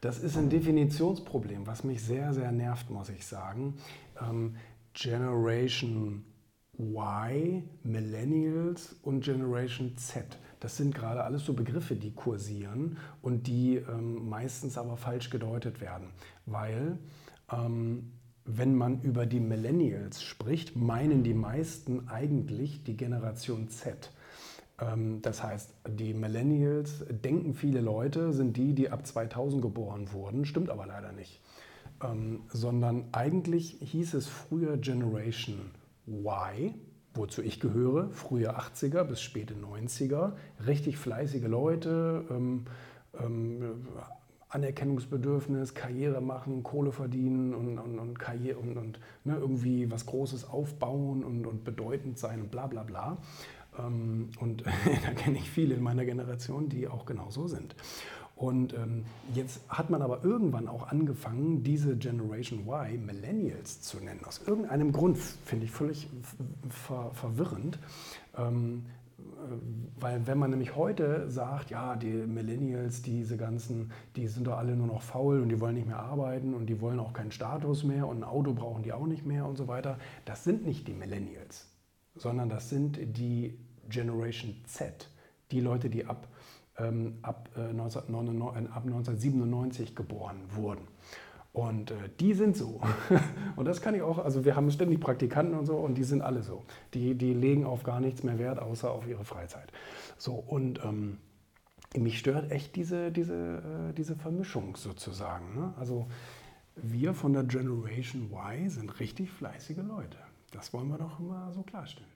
Das ist ein Definitionsproblem, was mich sehr, sehr nervt, muss ich sagen. Generation Y, Millennials und Generation Z. Das sind gerade alles so Begriffe, die kursieren und die meistens aber falsch gedeutet werden, weil wenn man über die Millennials spricht, meinen die meisten eigentlich die Generation Z. Das heißt, die Millennials, denken viele Leute, sind die, die ab 2000 geboren wurden, stimmt aber leider nicht. Sondern eigentlich hieß es früher Generation Y, wozu ich gehöre, frühe 80er bis späte 90er, richtig fleißige Leute, Anerkennungsbedürfnis, Karriere machen, Kohle verdienen und Karriere und ne, irgendwie was Großes aufbauen und bedeutend sein und bla bla bla. Und da kenne ich viele in meiner Generation, die auch genauso sind. Und jetzt hat man aber irgendwann auch angefangen, diese Generation Y Millennials zu nennen. Aus irgendeinem Grund, finde ich völlig verwirrend. Weil wenn man nämlich heute sagt, ja, die Millennials, diese ganzen, die sind doch alle nur noch faul und die wollen nicht mehr arbeiten und die wollen auch keinen Status mehr und ein Auto brauchen die auch nicht mehr und so weiter. Das sind nicht die Millennials, sondern das sind die Generation Z, die Leute, die ab 1997 geboren wurden. Und die sind so. Und das kann ich auch, also wir haben ständig Praktikanten und so und die sind alle so. Die legen auf gar nichts mehr Wert, außer auf ihre Freizeit. So, und mich stört echt diese Vermischung sozusagen. Ne? Also wir von der Generation Y sind richtig fleißige Leute. Das wollen wir doch immer so klarstellen.